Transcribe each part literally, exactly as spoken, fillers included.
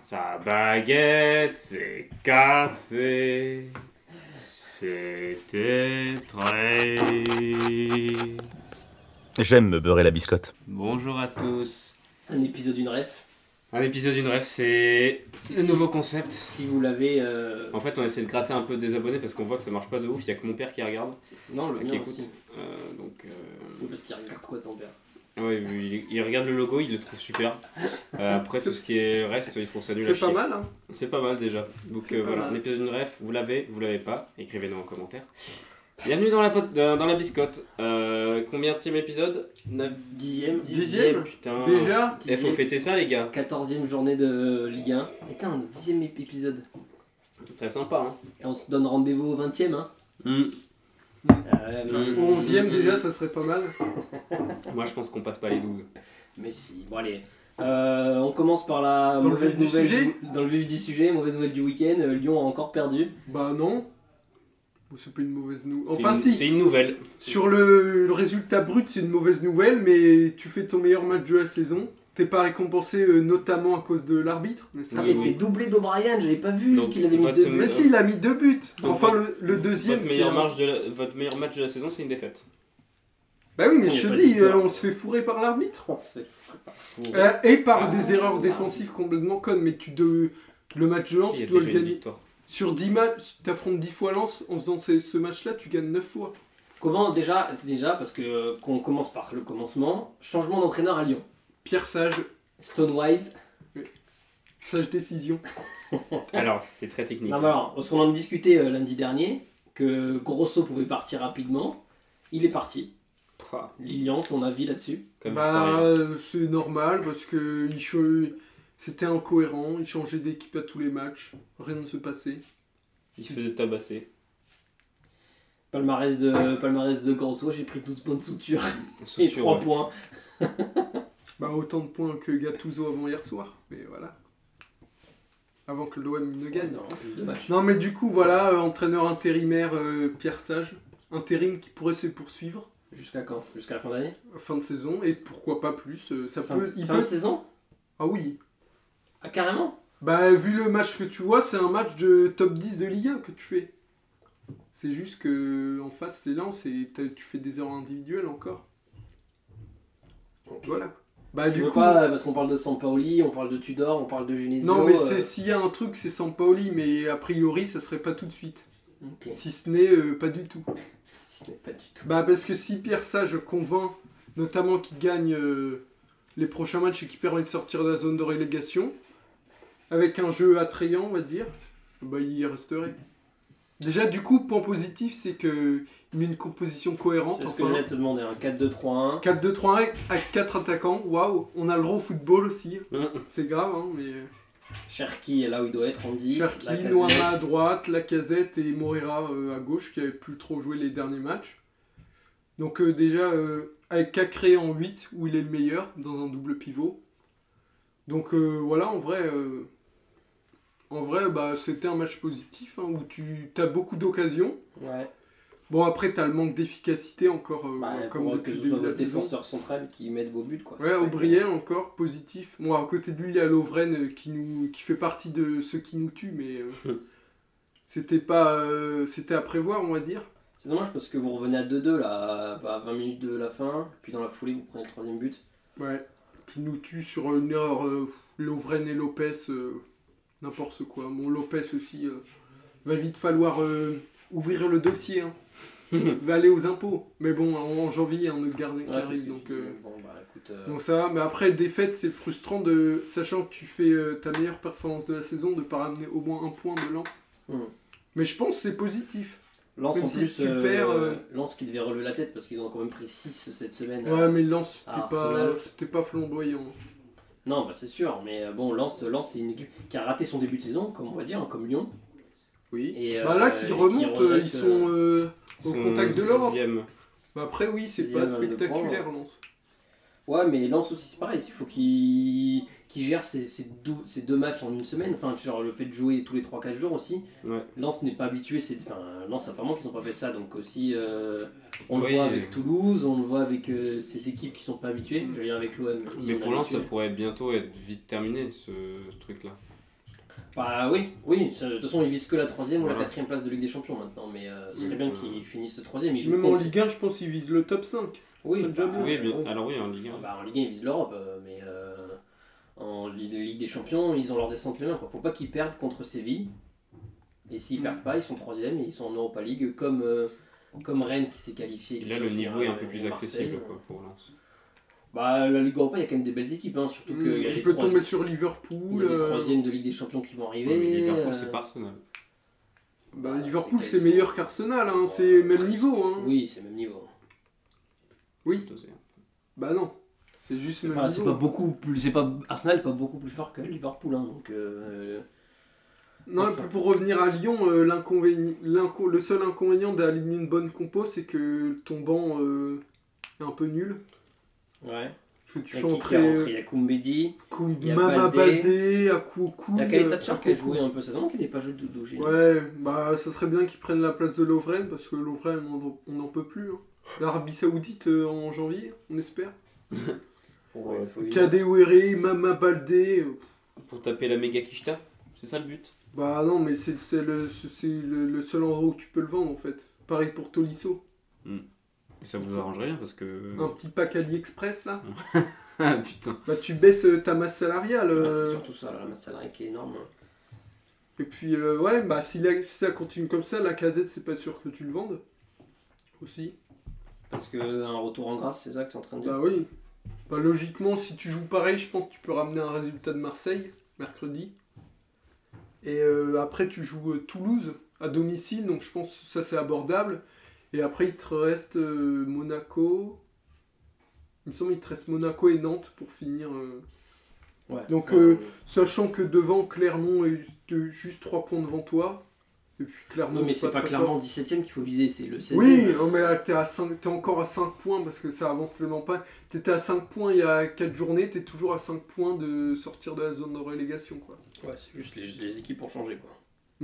Sa baguette s'est cassée. C'était très... J'aime me beurrer la biscotte. Bonjour à tous. Un épisode d'une ref. Un épisode d'une ref, c'est le nouveau concept. Si vous l'avez... Euh... En fait, on essaie de gratter un peu des abonnés parce qu'on voit que ça marche pas de ouf. Il y a que mon père qui regarde. Non, le qui mien écoute. aussi. Euh, donc, euh... Oui, parce qu'il regarde quoi ton père? Ouais, il, il regarde le logo, il le trouve super. Euh, après, tout ce qui est reste, il trouve ça nul à C'est chier. pas mal, hein. C'est pas mal déjà. Donc C'est euh, pas voilà, mal. un épisode d'une ref, vous l'avez, vous l'avez pas, écrivez-nous en commentaire. Bienvenue dans la, pot- dans dans la biscotte. Euh, combien de épisode? neuf Dixième. Dixième. Putain. Déjà Il faut fêter ça, les gars. quatorzième journée de Ligue un. Putain, on est au dixième ép- épisode. Très sympa, hein. Et on se donne rendez-vous au vingtième, hein. Mm. Euh, Mm. mais- onzième déjà, ça serait pas mal. Moi, je pense qu'on passe pas les douze. Mais si, bon allez. Euh, on commence par la Dans le mauvaise vif du nouvelle sujet du- dans le vif du sujet, mauvaise nouvelle du week-end. euh, Lyon a encore perdu. Bah non. Ou c'est pas une mauvaise nouvelle. C'est Enfin une- si, C'est une nouvelle. sur le, le résultat brut, c'est une mauvaise nouvelle, mais tu fais ton meilleur match de la saison. T'es pas récompensé euh, notamment à cause de l'arbitre. Mais ça Ah Oui, mais oui. c'est doublé d'O'Brien, j'avais pas vu Donc, qu'il avait mis votre- deux buts. Mais si, il a mis deux buts. Donc, Enfin, votre- le, le deuxième, Votre c'est meilleur, un- match de la... votre meilleur match de la saison, c'est une défaite. Bah oui, mais Ça, y a je te pas de dis, victoire. euh, on se fait fourrer par l'arbitre. On se fait foutre par fou. Euh, et par des erreurs défensives complètement connes. Mais tu de... le match de Lens, Il y a tu dois déjà le une gagner. victoire. Sur dix matchs, t'affrontes dix fois Lens. En faisant ce, ce match-là, tu gagnes neuf fois. Comment déjà, déjà parce que euh, qu'on commence par le commencement, changement d'entraîneur à Lyon. Pierre Sage, Stonewise. sage décision. Alors, c'était très technique. Non mais alors, parce qu'on en a discuté euh, lundi dernier, que Grosso pouvait partir rapidement. Il est parti. Pouah, Lilian, ton avis là-dessus? Comme Bah, Victoria. euh, c'est normal parce que il cho- c'était incohérent. Il changeait d'équipe à tous les matchs. Rien ne se passait. Il se faisait tabasser. Palmarès de, palmarès de Grosso, j'ai pris douze points de suture et Structure, trois ouais. points. Bah, autant de points que Gattuso avant hier soir. Mais voilà. Avant que l'O M ne gagne. Non, plus de matchs. Non, mais du coup, voilà, euh, entraîneur intérimaire euh, Pierre Sage. Intérim qui pourrait se poursuivre. Jusqu'à quand? Jusqu'à la fin d'année? Fin de saison. Et pourquoi pas plus. euh, ça Fin, peut. il fin peut- de saison? Ah oui. Ah carrément? Bah, vu le match que tu vois, c'est un match de top dix de Ligue un que tu fais. C'est juste que en face, c'est Lens et t'as- tu fais des erreurs individuelles encore. Ok. Voilà. Bah, Tu du veux coup. pas, parce qu'on parle de Sampaoli, on parle de Tudor, on parle de Genesio. Non, mais euh, c'est s'il y a un truc, c'est Sampaoli, mais a priori, ça serait pas tout de suite. ok. Si ce n'est euh, pas du tout. Ce n'est pas du tout. Bah, parce que si Pierre Sage convainc, notamment qu'il gagne euh, les prochains matchs et qu'il permet de sortir de la zone de relégation, avec un jeu attrayant, on va dire, bah, il y resterait. Déjà, du coup, point positif, c'est que il met une composition cohérente. C'est ce que Enfin, j'allais te demander, un quatre deux trois un. quatre deux trois un avec quatre attaquants, waouh, on a le droit au football aussi. Hum. C'est grave, hein, mais. Cherki est là où il doit être en dix. Cherki, Lacazette. Noama à droite, Lacazette et Moreira euh, à gauche qui n'avaient plus trop joué les derniers matchs. Donc euh, déjà euh, avec Cacré en huit où il est le meilleur dans un double pivot. Donc euh, voilà, en vrai, euh, en vrai bah, c'était un match positif hein, où tu as beaucoup d'occasions. Ouais. Bon après tu as le manque d'efficacité encore euh, Bah, comme pour depuis que le ce soit début de la votre saison. défenseur central qui mette vos buts quoi. Ouais, O'Brien encore, positif. Bon, à côté de lui, il y a Lovren euh, qui, nous, qui fait partie de ceux qui nous tuent, mais euh, c'était pas, euh, c'était à prévoir, on va dire. C'est dommage parce que vous revenez à deux deux là, à vingt minutes de la fin, puis dans la foulée vous prenez le troisième but. Ouais. Qui nous tue sur une erreur, euh, Lovren et Lopez, euh, n'importe quoi. Bon, Lopez aussi, euh, va vite falloir euh, ouvrir le dossier, hein. Va aller aux impôts. Mais bon, en, en janvier, il y a un autre gardien qui Ouais, c'est ce arrive, que donc... tu euh, disais. Bon bah écoute. euh, Donc ça va, mais après défaite c'est frustrant de sachant que tu fais euh, ta meilleure performance de la saison de pas ramener au moins un point de Lens. hmm. Mais je pense que c'est positif. Lens Même en si plus, tu perds, euh, Lens qui devait relever la tête parce qu'ils ont quand même pris six cette semaine. Ouais mais Lens c'était Ah, pas Arsenal. c'était pas flamboyant. Non bah c'est sûr, mais euh, bon Lens, Lens c'est une équipe qui a raté son début de saison, comme on va dire, hein, comme Lyon. Oui. Et, Bah euh, là et qui qui remontent, euh, ils redresse, sont euh, au Son contact de l'Europe. sixième. Bah après oui c'est Sixième pas avec deux spectaculaire points, Lens. Ouais, mais Lens aussi c'est pareil, il faut qu'il qu'il gère ces, ces, dou- ces deux matchs en une semaine, enfin genre le fait de jouer tous les trois quatre jours aussi. Ouais. Lens n'est pas habitué, c'est, enfin Lens ça fait vraiment qu'ils n'ont pas fait ça, donc aussi euh, on Oui, le voit mais- avec Toulouse, on le voit avec euh, ces équipes qui sont pas habituées, Mm. je veux dire avec l'O M. qui Mais sont pour l'instant, ça habitués. pourrait bientôt être vite terminé ce, ce truc-là. Bah oui, oui. ça- De toute façon, ils visent que la troisième ou la Voilà. quatrième place de Ligue des Champions maintenant. Mais euh, ce serait Oui. bien qu'ils finissent troisième. Ils jouent Même en contre- Ligue un, je pense qu'ils visent le top cinq. Oui, serait déjà bah, bien. Oui, bien. oui. Alors oui, en Ligue Ah un. bah, en Ligue un, ils visent l'Europe, euh, mais euh, en Ligue, Ligue des Champions, ils ont leur descente les mains. Quoi. Faut pas qu'ils perdent contre Séville. Et s'ils Mm. perdent pas, ils sont troisième et ils sont en Europa League, comme, euh, comme Rennes qui s'est qualifié. Et qui là, sont le finir, niveau est un euh, peu plus et Marseille. accessible quoi, pour Lens. Bah, la Ligue Europa, il y a quand même des belles équipes, hein, surtout qu'il y a Tu les peux trois- tomber sur il Liverpool. y a des euh, troisièmes de Ligue des Champions qui vont arriver. Ouais, mais Liverpool, euh, c'est pas Arsenal. Bah, Ah, Liverpool, c'est c'est quasi- meilleur qu'Arsenal, hein. Ouais, c'est même presque. niveau. Hein. Oui, c'est le même niveau. Oui. Dosé. Bah non, c'est juste C'est même pas, niveau. c'est pas beaucoup plus, c'est pas Arsenal est pas beaucoup plus fort que Liverpool, hein, donc. euh, Non, Enfin. et puis pour revenir à Lyon, euh, l'inconvénient- l'inco- le seul inconvénient d'aligner une bonne compo, c'est que ton banc euh, est un peu nul. Ouais. Parce que tu Il y fais a qui qui est entrer rentré? Il y a Koumbedi. Kou- il y a Mama Baldé. Baldé, Akoukou. Il y a Kaleta Tchar qui a joué un peu, ça demande qu'il n'ait pas joué de Doudou. Ouais, bah ça serait bien qu'ils prennent la place de Lovren, parce que Lovren, on n'en peut plus. Hein. L'Arabie Saoudite euh, en janvier, on espère. Ouais, faut lui- Kadewere, Mama Baldé. euh, Pour taper la méga quicheta, c'est ça le but. Bah non, mais c'est c'est le, c'est le, le seul endroit où tu peux le vendre en fait. Pareil pour Tolisso. Et ça vous arrangerait bien parce que. Un petit pack AliExpress là. Ah putain. Bah tu baisses euh, ta masse salariale. Ouais, euh, c'est surtout ça, là, la masse salariale qui est énorme. Et puis euh, ouais, bah si, la- si ça continue comme ça, la casette c'est pas sûr que tu le vendes. Aussi. Parce que un retour en grâce, c'est ça que tu es en train de dire. Bah oui. Bah logiquement, si tu joues pareil, je pense que tu peux ramener un résultat de Marseille, mercredi. Et euh, après tu joues euh, Toulouse à domicile, donc je pense que ça c'est abordable. Et après il te reste euh, Monaco. Il me semble qu'il te reste Monaco et Nantes pour finir. euh, Ouais. Donc, Enfin, euh, Sachant que devant Clermont est de juste trois points devant toi. Et puis Clermont, ouais, mais c'est pas très clairement fort. dix-septième qu'il faut viser, c'est le seizième. Oui, non, mais là t'es, à cinq t'es encore à cinq points parce que ça avance tellement pas. T'étais à cinq points il y a quatre journées, t'es toujours à cinq points de sortir de la zone de relégation. Quoi. Ouais, c'est juste les, les équipes ont changé quoi.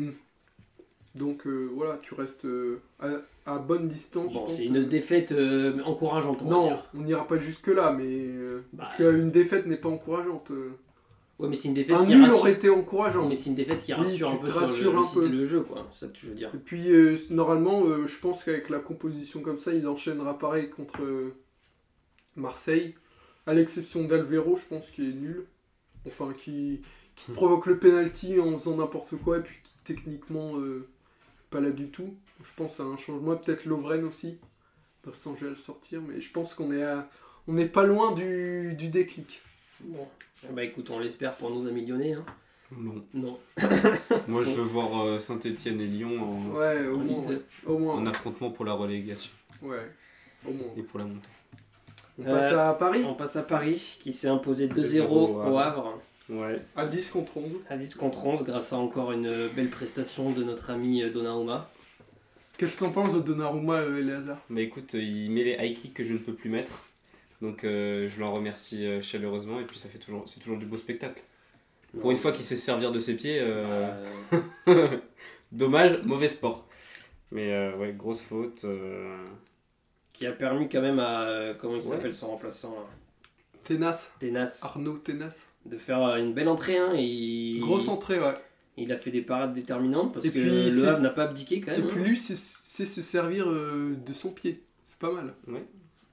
Donc euh, voilà, tu restes euh, à, à bonne distance. Bon, je pense c'est que- une défaite euh, encourageante, on va Non, dire. on n'ira pas jusque-là, mais. euh, Bah, parce qu'une défaite n'est pas encourageante. euh. Ouais, mais c'est une défaite Un qui nul rassure. aurait été encourageant. Mais c'est une défaite qui Oui, rassure tu un peu te sur le, rassures le, un système- peu. le jeu, quoi. C'est ça que tu veux dire. Et puis, euh, normalement, euh, je pense qu'avec la composition comme ça, il enchaînera pareil contre euh, Marseille. À l'exception d'Alvero, je pense qu'il est nul. Enfin, qui, qui Hmm. provoque le penalty en faisant n'importe quoi, et puis qui techniquement, euh, pas là du tout. Je pense à un changement, peut-être Lovren aussi. Sans le sortir, mais je pense qu'on est, à- on est pas loin du, du déclic. Bon. Bah écoute, on l'espère pour nos amis lyonnais. Hein. Non. Non. Moi je veux voir Saint-Etienne et Lyon en, Ouais, au En moins. Ligue ouais. Au moins. en affrontement pour la relégation Ouais, au moins. et pour la montée. On passe Euh, à Paris, On passe à Paris, qui s'est imposé deux deux zéro zéro au au Havre. Ouais. à dix contre onze. À dix contre onze, grâce à encore une belle prestation de notre ami Donnarumma. Qu'est-ce que t'en penses de Donnarumma et Eleazar? Mais écoute, il met les high kicks que je ne peux plus mettre. Donc euh, je l'en remercie euh, chaleureusement et puis ça fait toujours, c'est toujours du beau spectacle. Pour une fois qu'il sait se servir de ses pieds, euh, Euh, dommage, mauvais sport. Mais euh, ouais, grosse faute. euh, qui a permis quand même à. euh, comment il Ouais. s'appelle son remplaçant là Tenas, Tenas. Arnaud Tenas. De faire euh, une belle entrée. Hein, et Grosse entrée, ouais. Il a fait des parades déterminantes parce Et que puis, le c'est- Havre n'a pas abdiqué quand Et même. puis hein. lui, c'est c'est se servir euh, de son pied. C'est pas mal. Ouais.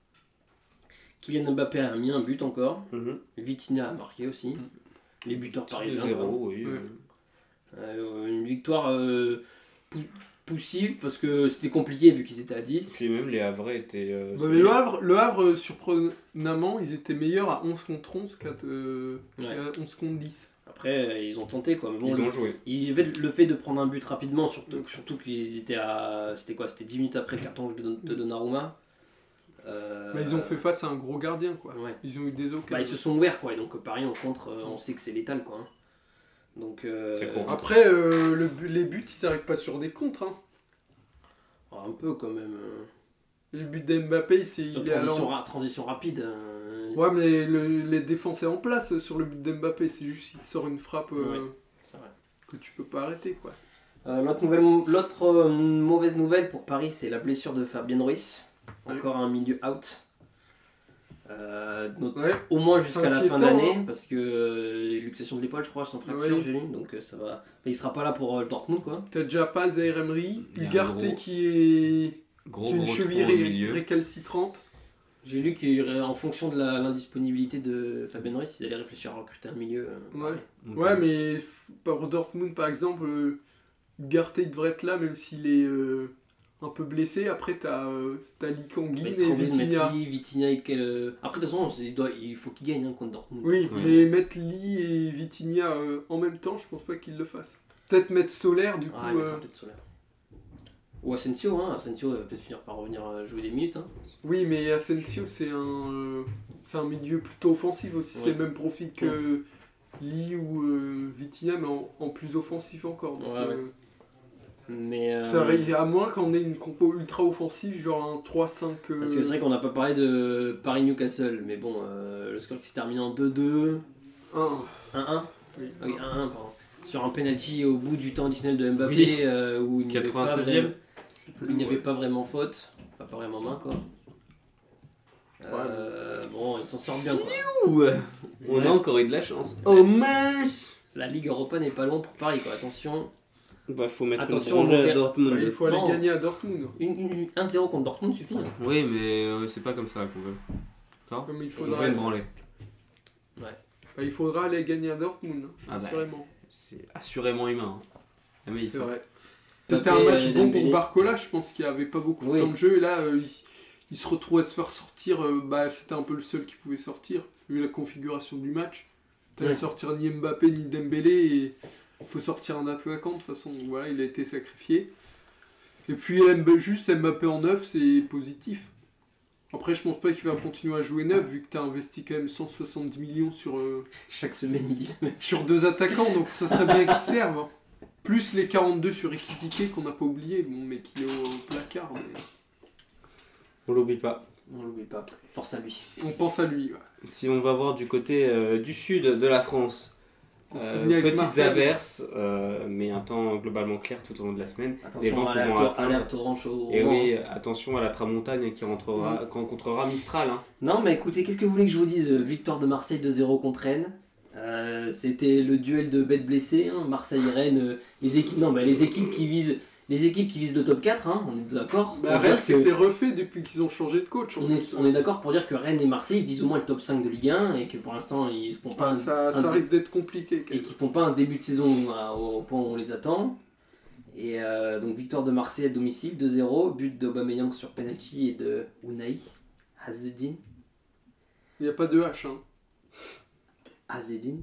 Kylian Mbappé a mis un but encore. Mhm. Vitinha a marqué aussi. Mm. Les buteurs parisiens. deux zéro, quoi. oui. Ouais. Euh, une victoire euh, pou- poussive parce que c'était compliqué vu qu'ils étaient à dix. Puis même les Havrais étaient. euh, Bah, mais le Havre, le Havre, euh, surprenamment, ils étaient meilleurs à onze contre onze qu'à euh, Ouais. qu'à onze contre dix. Après, euh, ils ont tenté quoi. Mais bon, Ils le, ont joué. il y avait le fait de prendre un but rapidement, surtout, surtout qu'ils étaient à. C'était quoi C'était dix minutes après le carton rouge de, de Donnarumma. Euh, Bah, ils ont fait face à un gros gardien, quoi. Ouais. Ils ont eu des occasions. Bah, ils se sont ouverts quoi. Et donc Paris en contre, euh, on sait que c'est létal quoi. hein. Donc. euh, C'est con. Après, euh, le bu- les buts, ils arrivent pas sur des contres. Hein. un peu quand même. euh, Le but d'Mbappé, c'est sur il est à transition, l'en- ra- transition rapide. euh, Ouais, mais le- les défenses est en place sur le but d'Mbappé. C'est juste qu'il te sort une frappe euh, Ouais. c'est vrai. que tu peux pas arrêter, quoi. Euh, L'autre nouvelle, l'autre euh, mauvaise nouvelle pour Paris, c'est la blessure de Fabien Ruiz. Ouais. Encore un milieu out. Euh, not- Ouais. Au moins jusqu'à la fin inquiétant, d'année, hein. parce que euh, luxation de l'épaule, je crois, sans fracture, Oui. j'ai lu, donc euh, ça va. Enfin, il sera pas là pour euh, le Dortmund, quoi. T'as déjà pas Zaire Emery, Il y a un Ugarte gros- qui est Gros, qui a une gros cheville trou au ré- milieu. récalcitrante. J'ai lu qu'en fonction de la- l'indisponibilité de Fabien Ruiz, ils allaient réfléchir à recruter un milieu. euh, Ouais. pareil. Donc, Ouais, euh, mais f- pour Dortmund par exemple, euh, Ugarte il devrait être là même s'il est euh, un peu blessé. Après t'as euh, t'as Lee Kangin Mais et Strobel, Vitinha. Metli, Vitinha et quel... euh, Après, de toute façon, c'est- il, doit- il faut qu'il gagne hein, contre Dortmund. Oui, Ouais. mais mettre Lee et Vitinha euh, en même temps, je pense pas qu'ils le fassent. Peut-être mettre Solaire du coup. Ah, il mettra euh, peut-être Solaire. Ou Asensio, hein. Asensio va peut-être finir par revenir euh, jouer des minutes. Hein. Oui, mais Asensio c'est un euh, c'est un milieu plutôt offensif aussi. Ouais. C'est le même profil que Lee ou euh, Vitinha, mais en, en plus offensif encore. Donc, Ouais, ouais. euh, Mais. euh, ça arrive à moins qu'on ait une compo ultra offensive, genre un trois cinq. euh, Parce que c'est vrai qu'on n'a pas parlé de Paris-Newcastle, mais bon, euh, le score qui s'est terminé en deux deux, un. un un. Oui. Ah oui, un un, pardon. Sur un penalty au bout du temps additionnel de Mbappé, Oui. euh, où il n'y avait, pas quatre-vingt-seizième. vraiment- il n'y avait pas vraiment faute, enfin, pas vraiment main quoi. Euh, bon, ils s'en sortent bien quoi. Ouh, on Ouais. a encore eu de la chance. Oh mince. La Ligue Europa n'est pas loin pour Paris quoi, attention. Bah, faut mettre Attention, une branlée on à verra- Dortmund. Ouais, il faut aller Non. gagner à Dortmund. Une- une- un zéro contre Dortmund suffit. hein. Oui, mais euh, c'est pas comme ça qu'on veut. D'accord. Comme il Il faut faudra, une branlée. bah, il faudra aller gagner à Dortmund, Ah bah. assurément. C'est assurément humain. hein. Ah, mais il C'est faut- vrai. Mbappé, C'était un match euh, bon pour Dembélé. Barcola, je pense qu'il avait pas beaucoup de Oui. temps de jeu. Et là, euh, il, il se retrouve à se faire sortir. euh, bah, c'était un peu le seul qui pouvait sortir, vu la configuration du match. T'allais Ouais. sortir ni Mbappé ni Dembélé. Et il faut sortir un attaquant. De toute façon, voilà, il a été sacrifié. Et puis, Mb- juste Mbappé en neuf, c'est positif. Après, je pense pas qu'il va continuer à jouer neuf, vu que t'as investi quand même cent soixante-dix millions sur, euh, Chaque semaine il dit la même sur deux attaquants. Donc, ça serait bien qu'ils servent. hein. Plus les quarante-deux sur Ekitike qu'on n'a pas oublié, bon, mais qui est au, au placard. Mais On l'oublie pas. On l'oublie pas, force à lui. on pense à lui. Ouais. Si on va voir du côté euh, du sud de la France, On euh, finit avec petites Marseille. averses, euh, mais un temps globalement clair tout au long de la semaine. Les Attention vents à pouvant l'alerte atteindre. alerte orange au Et vent. oui, attention à la tramontagne qui, rentrera, qui rencontrera Mistral. Hein. Non, mais écoutez, qu'est-ce que vous voulez que je vous dise? Victoire de Marseille deux zéro contre Rennes. Euh, C'était le duel de bêtes blessées. Hein. Marseille-Rennes, euh, les équipes, non, bah, les équipes qui visent, les équipes qui visent le top quatre. Hein, on est d'accord. Bah, pour Rennes, dire que- c'était refait depuis qu'ils ont changé de coach. en on plus. est, on est d'accord pour dire que Rennes et Marseille visent au moins le top cinq de Ligue un et que pour l'instant ils font pas Ah, un- ça un- ça risque d'être compliqué. quand et même. qui font pas un début de saison à- au point où on les attend. Et euh, donc victoire de Marseille à domicile deux zéro, but d'Aubameyang sur penalty et de Unai Hazedine. Il n'y a pas de H. Hein. Hazedine.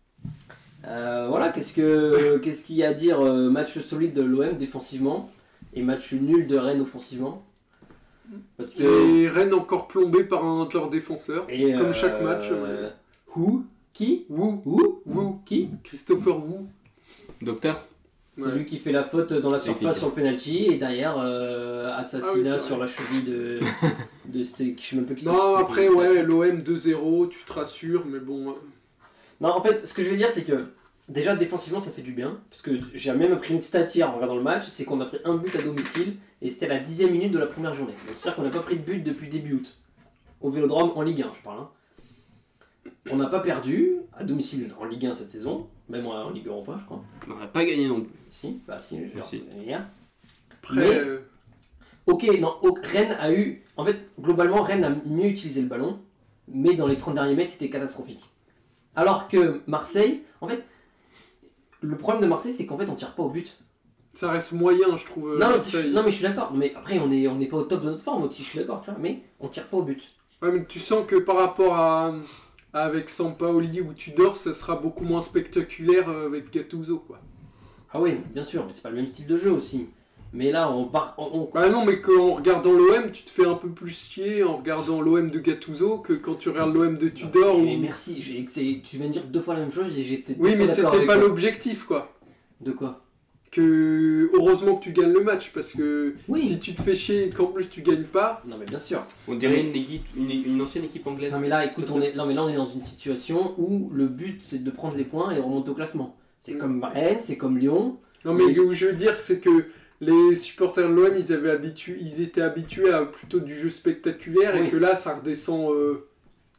Euh, voilà, qu'est-ce que qu'est-ce qu'il y a à dire euh, match solide de l'O M défensivement et match nul de Rennes offensivement. Parce que Et Rennes encore plombé par un de leurs défenseurs. et, comme euh, chaque match, euh, Who Qui Wu, Who Wu, Qui Christopher Wu. Docteur. C'est Ouais. lui qui fait la faute dans la surface Technique. sur le penalty et derrière euh, Ah assassinat oui, c'est sur vrai. la cheville de de c'était- je sais même pas qui c'est. Non, c'est- après, ouais, l'O M deux zéro, tu te rassures, mais bon. euh, Non, en fait, ce que je vais dire, c'est que déjà défensivement, ça fait du bien. Parce que j'ai même pris une stat hier en regardant le match, c'est qu'on a pris un but à domicile et c'était à la dixième minute de la première journée. Donc c'est-à-dire qu'on n'a pas pris de but depuis début août. Au Vélodrome en Ligue un, je parle. hein. On n'a pas perdu à domicile en Ligue un cette saison, même en, en Ligue Europa, je crois. On n'a pas gagné non plus. Si, bah si, je vais Si. hier. Après, Mais- euh, Ok, non, ok, Rennes a eu. En fait, globalement, Rennes a mieux utilisé le ballon, mais dans les trente derniers mètres, c'était catastrophique. Alors que Marseille, en fait, le problème de Marseille, c'est qu'en fait, on tire pas au but. ça reste moyen, je trouve. euh, non, mais, Marseille. je, non, mais je suis d'accord. Mais après, on n'est on n'est pas au top de notre forme aussi, je suis d'accord, tu vois, mais on tire pas au but. Ouais, mais tu sens que par rapport à, à avec Sampaoli ou Tudor, ça sera beaucoup moins spectaculaire euh, avec Gattuso, quoi. Ah oui, bien sûr, mais c'est pas le même style de jeu aussi. Mais là, on part. On, on- Ah non, mais qu'en regardant l'O M, tu te fais un peu plus chier en regardant l'O M de Gattuso que quand tu regardes l'O M de Tudor. Mais ou- merci, j'ai- c'est- tu viens de dire deux fois la même chose et j'étais. deux Oui, fois mais d'accord c'était avec pas toi. l'objectif, quoi. De quoi? Que heureusement que tu gagnes le match, parce que Oui. si tu te fais chier et qu'en plus tu gagnes pas, Non, mais bien sûr. On dirait une, équipe, une, une ancienne équipe anglaise. Non mais là, écoute, on est, non, mais là on est dans une situation où le but c'est de prendre les points et remonter au classement. C'est Mm. comme Rennes, c'est comme Lyon. non mais Oui. où je veux dire, c'est que les supporters de l'O M, ils avaient habitué, ils étaient habitués à plutôt du jeu spectaculaire Oui. et que là, ça redescend euh,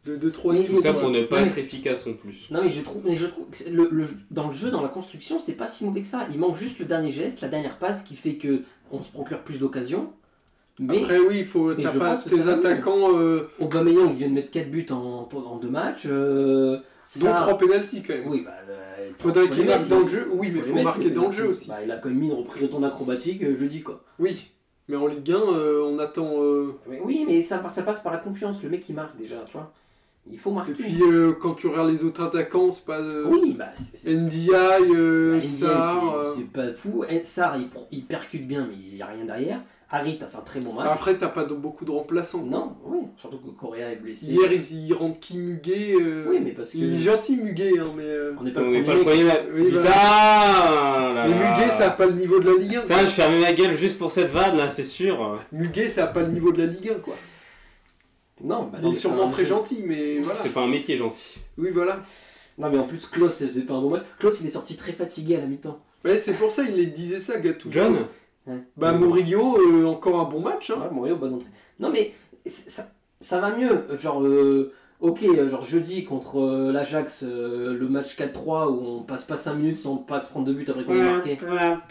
de deux trois Mais niveaux. Tout ça mais- pour ne pas mais- être efficace en plus. Non mais je trouve, mais je trouve que c'est- le, le- dans le jeu, dans la construction, c'est pas si mauvais que ça. Il manque juste le dernier geste, la dernière passe qui fait que on se procure plus d'occasions. Mais Après, oui, il faut, mais t'as je pas pense que tes ça va mieux. attaquants, euh, Aubameyang, il vient de mettre quatre buts en, en deux matchs. Euh, dont ça- trois pénaltys quand même. Oui, bah, euh, Faudrait faut qu'il les marque mettre, dans il- le jeu. Oui, mais il les faut mettre, marquer les dans le mettre. jeu aussi. Bah, il a quand même mis une reprise ton acrobatique euh, jeudi quoi. Oui, mais en Ligue un, euh, on attend. euh, Mais oui, mais ça, ça passe par la confiance. Le mec il marque déjà, tu vois. Il faut marquer. Et puis euh, quand tu regardes les autres attaquants, c'est pas. euh, oui, bah c'est. c'est- N D I, euh, bah, N D I, Sarr. c'est- euh, c'est pas fou. Eh, Sarr, il, pro- il percute bien, mais il n'y a rien derrière. Harit a fait un très bon match. Après, t'as pas de- beaucoup de remplaçants. Non, oui, surtout que Correa est blessé. Hier, il, il rentre qui Muguet. euh, Oui, mais parce que. Il est gentil, Muguet, hein, mais. euh, On n'est pas On le n'est premier. pas le mec. premier. Oui, Putain voilà. là Mais là. Muguet, ça a pas le niveau de la Ligue un. Putain, je fermais ma gueule juste pour cette vanne là, c'est sûr. Muguet, ça a pas le niveau de la Ligue un, quoi. Non, bah, Il non, est mais sûrement c'est un très jeu. gentil, mais voilà. C'est pas un métier gentil. Oui, voilà. Non, mais en plus, Klaus, il faisait pas un bon match. Klaus, il est sorti très fatigué à la mi-temps. Ouais, c'est pour ça il les disait ça, Gattuso. John Bah, Murillo, euh, encore un bon match. Hein. Ouais, Mourinho, bonne entrée. Non, mais c'est- ça, ça va mieux. Genre, euh, ok, euh, genre jeudi contre euh, l'Ajax, euh, le match quatre trois où on passe pas cinq minutes sans pas se prendre de but après qu'on ait marqué.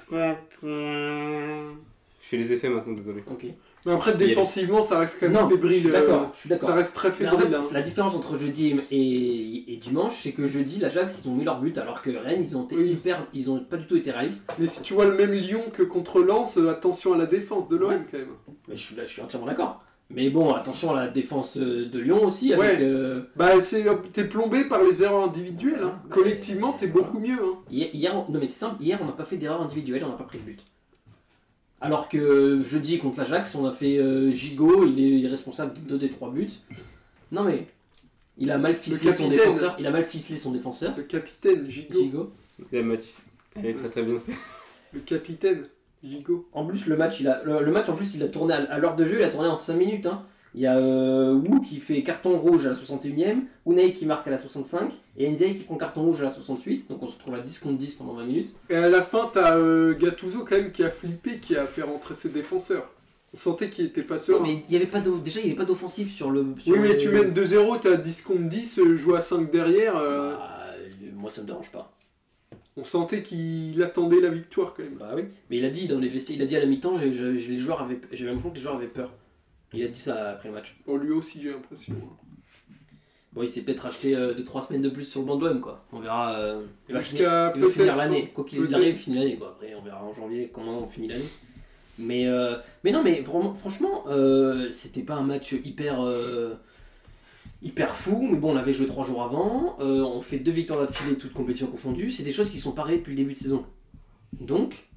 Je fais les effets maintenant, désolé. Ok. Mais après, défensivement, ça reste quand même Non, je fébrile. suis euh, d'accord. Je suis d'accord. Ça reste très Mais en fébrile. fait, hein. la différence entre jeudi et, et, et dimanche, c'est que jeudi, l'Ajax, ils ont mis leur but, alors que Rennes, ils ont été Oui. hyper, ils ont pas du tout été réalistes. Mais si tu vois le même Lyon que contre Lens, euh, attention à la défense de l'O M Ouais. quand même. Mais je suis là, je suis entièrement d'accord. Mais bon, attention à la défense euh, de Lyon aussi, avec. Ouais. euh, Bah, c'est, hop, t'es plombé par les erreurs individuelles. Hein. Ouais. Collectivement, t'es beaucoup mieux. Hein. Hier, hier, on- non mais c'est simple, hier on n'a pas fait d'erreur individuelle, on n'a pas pris de but. Alors que jeudi contre l'Ajax, on a fait euh, Gigot, il est, il est responsable de deux des trois buts. Non mais il a mal ficelé son capitaine. défenseur, il a mal ficelé son défenseur. Le capitaine, Gigot. Gigot. La Mathis. Elle est très très bien. Le capitaine, Gigot. En plus le match, il a le, le match en plus il a tourné à, à l'heure de jeu, il a tourné en cinq minutes. Hein. Il y a euh, Wu qui fait carton rouge à la soixante et unième, Unai qui marque à la soixante-cinq et Ndiaye qui prend carton rouge à la soixante-huit. Donc on se retrouve à dix contre dix pendant vingt minutes. Et à la fin, t'as euh, Gattuso quand même qui a flippé, qui a fait rentrer ses défenseurs. On sentait qu'il était pas Non, serein. mais il y avait pas d'o- déjà il n'y avait pas d'offensive sur le. sur Oui, mais le- tu mènes deux zéro, t'as dix contre dix, euh, joué à cinq derrière. euh, Bah, euh, moi ça me dérange pas. On sentait qu'il attendait la victoire quand même. Bah oui. Mais il a dit dans les vestiaires, il a dit à la mi-temps, j'ai, j'ai- j'ai- les joueurs avaient, j'avais l'impression que les joueurs avaient peur. Il a dit ça après le match. Bon, lui aussi, j'ai l'impression. Bon, il s'est peut-être racheté deux trois semaines de plus sur le banc de l'O M quoi. On verra. euh, il va finir, Jusqu'à il va finir peut-être. l'année. Quoi qu'il peut-être. arrive, il finit l'année quoi. Après, on verra en janvier comment on finit l'année. Mais, euh, mais non, mais vraiment, franchement, euh, c'était pas un match hyper. euh, hyper fou, mais bon, on avait joué trois jours avant, euh, on fait deux victoires d'affilée, toutes compétitions confondues, c'est des choses qui sont pareilles depuis le début de saison. Donc,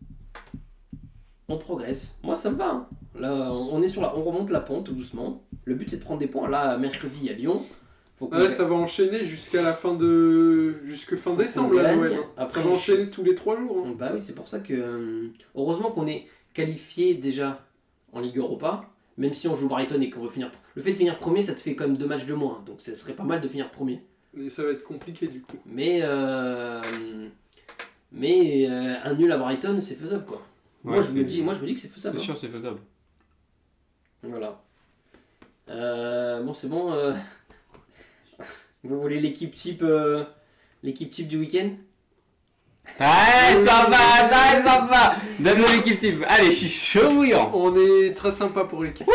on progresse. Moi, ça me va. Hein. Là, on est sur la, on remonte la pente tout doucement. Le but, c'est de prendre des points. Là, mercredi à Lyon, faut qu'on Ah, ça va enchaîner jusqu'à la fin de. Jusque fin Faut décembre, qu'on là, gagne. ouais. hein. Après, ça va je- enchaîner tous les trois jours. hein. Bah oui, c'est pour ça que. euh, heureusement qu'on est qualifié déjà en Ligue Europa, même si on joue Brighton et qu'on veut finir. Le fait de finir premier, ça te fait quand même deux matchs de moins. Donc, ce serait pas mal de finir premier. Et ça va être compliqué du coup. Mais, euh, mais euh, un nul à Brighton, c'est faisable quoi. moi, Ouais, je me c'est- dis, moi je me dis que c'est faisable. C'est hein. sûr, c'est faisable. Voilà. Euh, bon, c'est bon. euh, Vous voulez l'équipe type, euh, l'équipe type du week-end? Ouais, ça va, ouais, ça va. Donne-moi l'équipe type. Allez, je suis chaud bouillant. On est très sympa pour l'équipe.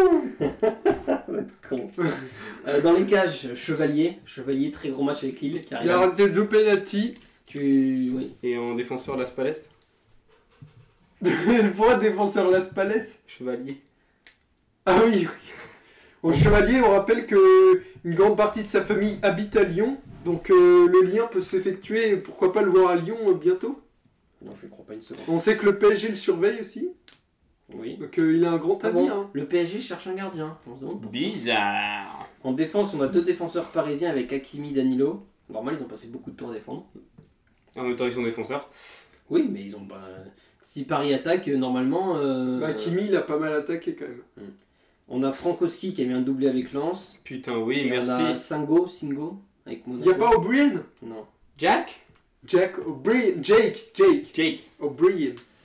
Con. Euh, dans les cages, Chevalier, Chevalier, très gros match avec Lille qui Il arrive. a à- raté deux penalties. Tu, oui. Et en défenseur, Las Palest, Pourquoi défenseur Las Palais? Chevalier. Ah oui, oui. Au Chevalier, on rappelle que une grande partie de sa famille habite à Lyon, donc euh, le lien peut s'effectuer, pourquoi pas le voir à Lyon euh, bientôt. Non, je ne crois pas une seconde. On sait que le P S G le surveille aussi, Oui. donc euh, il a un grand Ah bon, avenir. hein. le P S G cherche un gardien. On se demande pourquoi. Bizarre. En défense, on a deux défenseurs parisiens avec Hakimi, Danilo. Normal, ils ont passé beaucoup de temps à défendre. En même temps, ils sont défenseurs. Oui, mais ils ont pas. Si Paris attaque, euh, normalement. euh, Bah, Kimi, il a pas mal attaqué quand même. On a Frankowski qui a mis un doublé avec Lens. Putain, oui, Et merci. On a Singo, Singo avec Il Monaco. n'y a pas O'Brien Non. Jack Jack O'Brien, Jake, Jake Jake. O'Brien.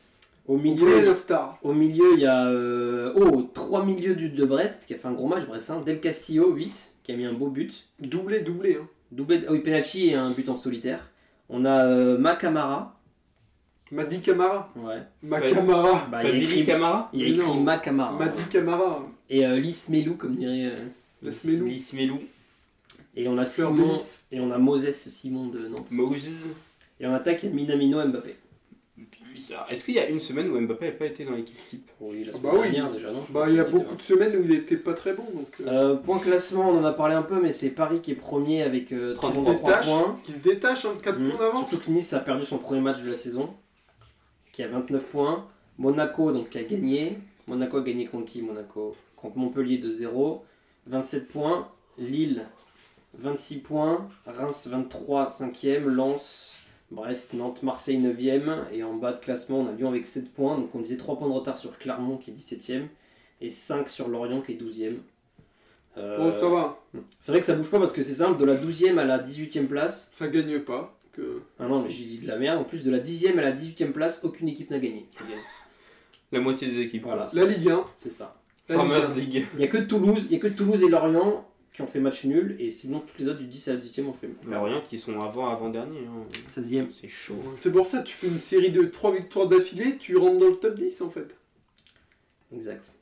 Au Milieu milieu, of Star. au milieu, il y a euh, oh, trois milieux du, de Brest qui a fait un gros match, Brest. Hein. Del Castillo, huit, qui a mis un beau but. Doublé, doublé. Hein. Doublé, oui, penalty et un but en solitaire. On a euh, Macamara. Madi Camara. Ouais. Macamara. Bah, il y a Fadili écrit, Camara il y a écrit Non. Macamara. Madi Camara. Et euh, Lismelou, comme dirait. Euh, La Smelou. Lismelou. et on a Fleur de Simon. Lys. Et on a Moses Simon de Nantes. Moses. Et en attaque, il y a Minamino Mbappé. Bizarre. Est-ce qu'il y a une semaine où Mbappé n'avait pas été dans l'équipe type? Oui, la Ah semaine bah oui. dernière déjà, non je Bah, crois il y a qu'il était beaucoup de semaines où il était pas très bon. Donc, euh, Euh, point classement, on en a parlé un peu, mais c'est Paris qui est premier avec euh, qui, se trente-trois détache, points. qui se détache, hein, quatre Mmh. points d'avance. Surtout que Nice a perdu son premier match de la saison, qui a vingt-neuf points. Monaco donc qui a gagné. Monaco a gagné contre qui Monaco contre Montpellier de zéro. vingt-sept points. Lille vingt-six points. Reims vingt-trois, cinquième. Lens, Brest, Nantes, Marseille neuvième. Et en bas de classement, on a Lyon avec sept points. Donc on disait trois points de retard sur Clermont qui est dix-septième. Et cinq sur Lorient qui est douzième. Euh, Bon, ça va, C'est vrai que ça bouge pas parce que c'est simple, de la douzième à la dix-huitième place. ça gagne pas. Que... Ah non, mais j'ai dit de la merde. En plus, de la dixième à la dix-huitième place, aucune équipe n'a gagné. La moitié des équipes. Voilà, La c'est Ligue un. c'est ça. La Ligue Farmers un. League. Il y a que Toulouse, il y a que Toulouse et Lorient qui ont fait match nul, et sinon toutes les autres du dix à la dix-huitième ont fait Mais rien qui sont avant avant-dernier. Hein. seizième. C'est chaud. C'est pour ça que tu fais une série de trois victoires d'affilée, tu rentres dans le top dix en fait. Exact.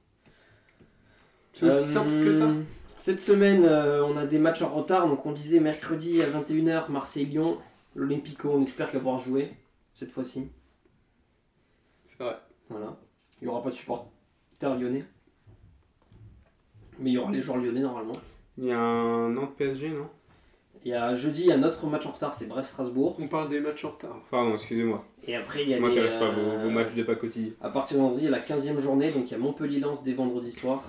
C'est aussi Euh, simple que ça. Cette semaine, euh, on a des matchs en retard, donc on disait mercredi à vingt et une heures, Marseille-Lyon, l'Olympico, on espère l'avoir joué cette fois-ci. C'est vrai. Voilà. Il n'y aura pas de supporters lyonnais. Mais il y aura les joueurs lyonnais normalement. Il y a un Nantes P S G, non? Il y a jeudi un autre match en retard, c'est Brest-Strasbourg. On parle des matchs en retard. Pardon, excusez-moi. Et après, il y a M'intéresse les, pas vos, euh, vos matchs de pacotille. à partir de vendredi, il y a la quinzième journée, donc il y a Montpellier-Lens dès vendredi soir.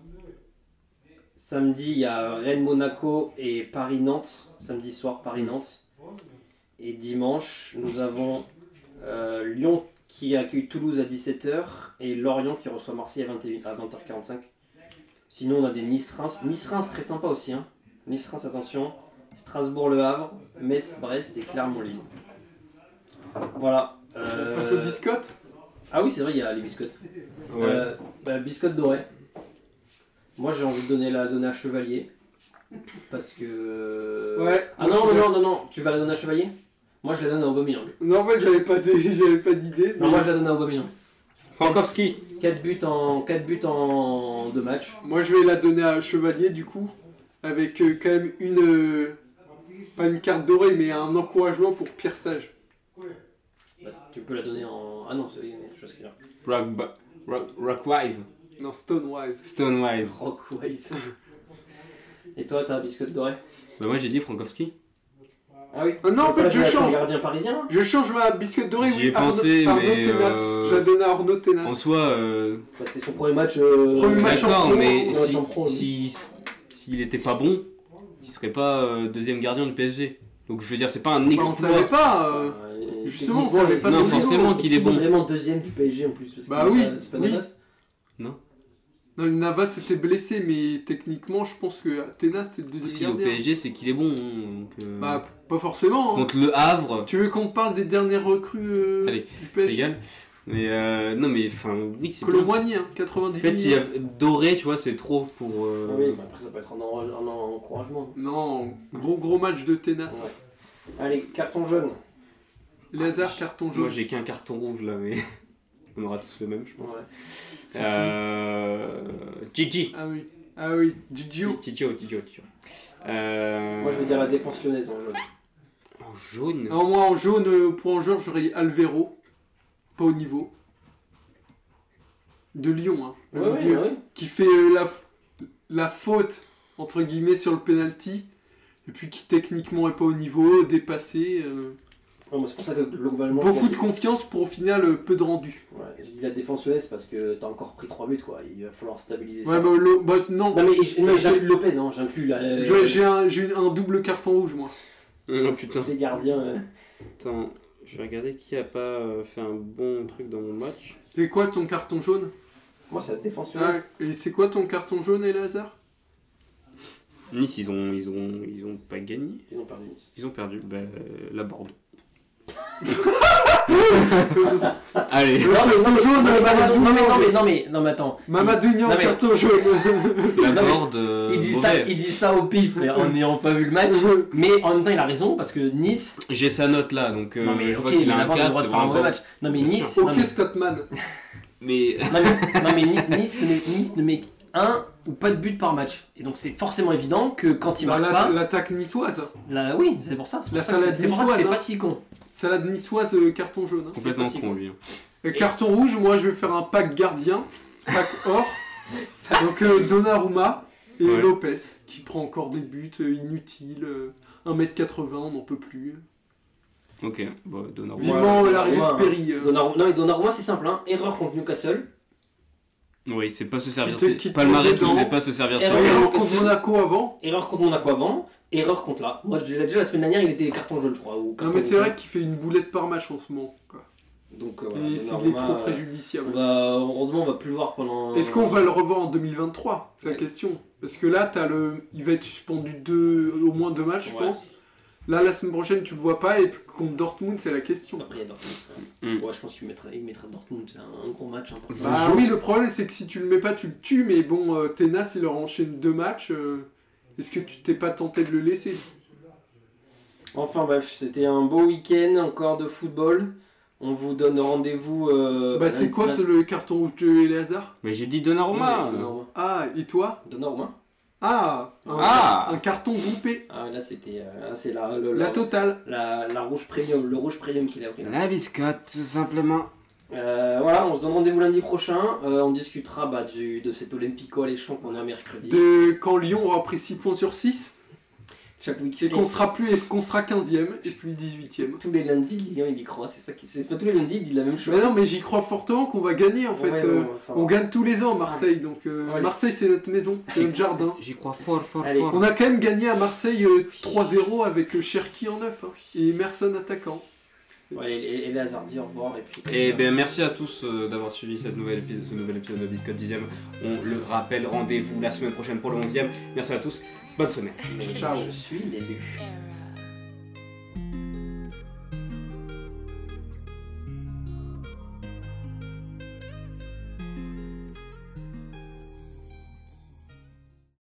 Samedi, il y a Rennes-Monaco et Paris-Nantes. Samedi soir, Paris-Nantes. Et dimanche, nous avons euh, Lyon qui accueille Toulouse à dix-sept heures et Lorient qui reçoit Marseille à vingt et une à vingt heures quarante-cinq. Sinon, on a des Nice-Reims. Nice-Reims, très sympa aussi. Hein. Nice-Reims, attention. Strasbourg-Le Havre, Metz-Brest et Clermont-Lille. Voilà. Euh, On passe aux biscottes. Ah oui, c'est vrai, il y a les biscottes. Ouais. Euh, bah, biscotte dorée. Moi, j'ai envie de donner la donner à Chevalier. Parce que. Ouais. Ah moi, non, je non, suis non, non, non, tu vas la donner à Chevalier? Moi, je la donne à Aubameyang. Non, en fait, j'avais pas d'- j'avais pas d'idée. Non, mais- moi, je la donne à Aubameyang. Frankowski. quatre buts en quatre buts en deux matchs. Moi, je vais la donner à Chevalier, du coup, avec euh, quand même une... euh, pas une carte dorée, mais un encouragement pour Pierre Sage. Bah, tu peux la donner en. Ah non, c'est je sais ce qu'il y a. Rock, rock, Rockwise. Non, Stonewise. Stonewise. Rockways. Et toi, t'as un biscotte doré? Bah moi j'ai dit Frankowski. Ah oui. Ah non, en Tu veux fait, pas je la donner à ton change. gardien parisien? Je change ma biscotte dorée, J'y oui. ai pensé, Arnaud, mais, Arnaud Ténas. euh, Je la donne à Arnaud Ténas. En soi, euh, Bah, c'est son premier match. euh, Premier match en d'accord, pro, mais ouais, si, en pro, oui. si, s'il était pas bon, il serait pas euh, deuxième gardien du P S G. Donc je veux dire, c'est pas un Bah, on exploit. savait pas. euh, Euh, Justement, on techniquement, savait les- pas Non, son forcément niveau. qu'il Est-ce est bon. vraiment deuxième du P S G en plus parce que Bah c'est oui, pas- c'est pas oui. Navas. Non. Non, Navas était blessé, mais techniquement, je pense que Ténas, c'est le deuxième Si au gardien. P S G, c'est qu'il est bon. hein, donc, euh, Bah, pas forcément. hein. contre le Havre, Tu veux qu'on te parle des dernières recrues euh, Allez, du P S G? égal. Mais euh, non, mais enfin, oui, c'est bien. Colomboigny, hein, quatre-vingt-dix En fait, s'il y millions. a Doré, tu vois, c'est trop pour. euh, Oui, bah après ça peut être un, en- un encouragement. Non, gros gros match de Ténas. Ouais. Allez, carton jaune. Lazare, carton jaune. Moi, j'ai qu'un carton rouge là, mais on aura tous le même, je pense. Ouais. C'est qui Euh... Gigi. Ah oui, ah oui, Gigio. Gigio, Gigio, Gigio. Euh... Moi je veux dire la défense lyonnaise en jaune. En jaune. Non, moi en jaune, euh, pour un joueur, j'aurais Alvero. Pas au niveau. De Lyon, hein. le Ouais, ouais, milieu. ouais. Qui fait euh, la, la faute, entre guillemets, sur le penalty. Et puis qui techniquement est pas au niveau, dépassé. euh. Ouais, moi, c'est pour ça que globalement. Beaucoup je de dis- confiance pour au final euh, peu de rendu. Ouais, j'ai dit la défense lyonnaise parce que t'as encore pris trois buts quoi. Il va falloir stabiliser Ouais, ça. bah, le- bah, non, Non mais, j- non, mais Je- j'inclus Lopez, hein, j'inclus la, la- j'ai j'ai un, j'ai eu un double carton rouge, moi. Oh putain. les gardiens. euh. Attends, je vais regarder qui a pas euh, fait un bon truc dans mon match. C'est quoi ton carton jaune? Moi c'est la défense Ah, lyonnaise. et c'est quoi ton carton jaune, Elazar? Nice, ils ont, ils ont, ils ont pas gagné. Ils ont perdu Nice. Ils ont perdu. Bah, la Borde. Allez. Non, mais, non, mais, jaune, non, mais, t'as raison. Mamadou non, mais, non, Niang. mais, non, mais, non, mais attends. Mamadou Niang, Non, mais- carton jaune. La Non, mais board. euh, Il dit, mauvais. ça, il dit ça au pif mais en n'ayant pas vu le match. Mais en même temps, il a raison parce que Nice. J'ai sa note là, donc euh, non, mais je ok, vois il qu'il a a un pas le quatre, droit de c'est faire un vraiment mauvais pas- match. Non, mais Bien Nice. Ok, non, mais- Statman. Mais Non mais, non, mais Ni- nice, ne met, Nice ne met un ou pas de but par match. Et donc c'est forcément évident que quand il Bah, marque la- pas... L'attaque niçoise. Là, oui, c'est pour ça. C'est pour La ça que- salade c'est pour ça que c'est niçoise, pas hein. si con. Salade niçoise, euh, carton jaune. hein. complètement c'est pas si con lui. hein. Et carton rouge, moi je vais faire un pack gardien, pack or. Donc euh, Donnarumma et Ouais. Lopez, qui prend encore des buts euh, inutiles. euh, un mètre quatre-vingts, on n'en peut plus. Ok, bon, Donnarumma. Vivement Ouais, euh, l'arrivée Donnarumma, de Perry. euh. Donnarumma, non mais Donnarumma c'est simple, hein. Erreur contre Newcastle. Oui, c'est pas se servir. Qui te- de- qui te Palmarès, prend c'est dedans. pas se servir de Et ça. ouais, Alors, ouais, contre c'est- Monaco avant. Erreur contre Monaco avant. Erreur contre là. Moi déjà déjà, la semaine dernière il était carton jaune je crois. Ou Non carton mais c'est rouge. vrai qu'il fait une boulette par match en ce moment. quoi. Donc euh, voilà, Et s'il est Donnarumma, trop euh, préjudiciable. on va, heureusement on va plus le voir pendant... Est-ce qu'on va le revoir en deux mille vingt-trois? C'est la Ouais. question. Parce que là, t'as le... il va être suspendu deux... au moins deux matchs, je Ouais. pense. Là, la semaine prochaine, tu le vois pas. Et puis, contre Dortmund, c'est la question. Après il y a Dortmund ça. Mm. Ouais je pense qu'il mettrait, il mettrait Dortmund, c'est un, un gros match important. Bah oui, le problème, c'est que si tu le mets pas, tu le tues. Mais bon, euh, Tenas, il leur enchaîne deux matchs. euh, Est-ce que tu t'es pas tenté de le laisser? Enfin bref, c'était un beau week-end encore de football. On vous donne rendez-vous. Euh, Bah, c'est quoi ce, le carton rouge de Eleazar? Mais j'ai dit Oui, Donnarumma. mais Donnarumma. Ah, et toi? Donnarumma. Ah, un, Ah. un carton groupé. Ah là c'était, euh, là, c'est la, le- La la, totale. la, la rouge premium, le rouge premium qu'il a pris. Là. La biscotte, tout simplement. Euh, voilà, on se donne rendez-vous lundi prochain. Euh, on discutera bah, du, de cet Olympico alléchant qu'on a mercredi. De quand Lyon aura pris six points sur six. Chaque Et week-end. qu'on sera plus, est-ce qu'on sera quinzième et puis dix-huitième. Tous les lundis, Lyon il y croit, c'est ça qui c'est. Enfin, tous les lundis il dit la même chose. Mais non, mais j'y crois fortement qu'on va gagner en fait. Ouais, euh, non, ça va. on gagne tous les ans à Marseille, donc euh, Ouais. Marseille c'est notre maison, c'est notre jardin. J'y crois fort, fort, Allez. fort. On a quand même gagné à Marseille euh, trois zéro avec euh, Cherki en neuf hein, et Emerson attaquant. Ouais, et, et, et les hasardis, au revoir. Et, puis, comme Et ça. ben merci à tous euh, d'avoir suivi cette nouvelle épisode, ce nouvel épisode de Biscotte dixième. On le rappelle, rendez-vous la semaine prochaine pour le onzième. Merci à tous, bonne semaine. Mais Ciao. Je suis l'élu. Error.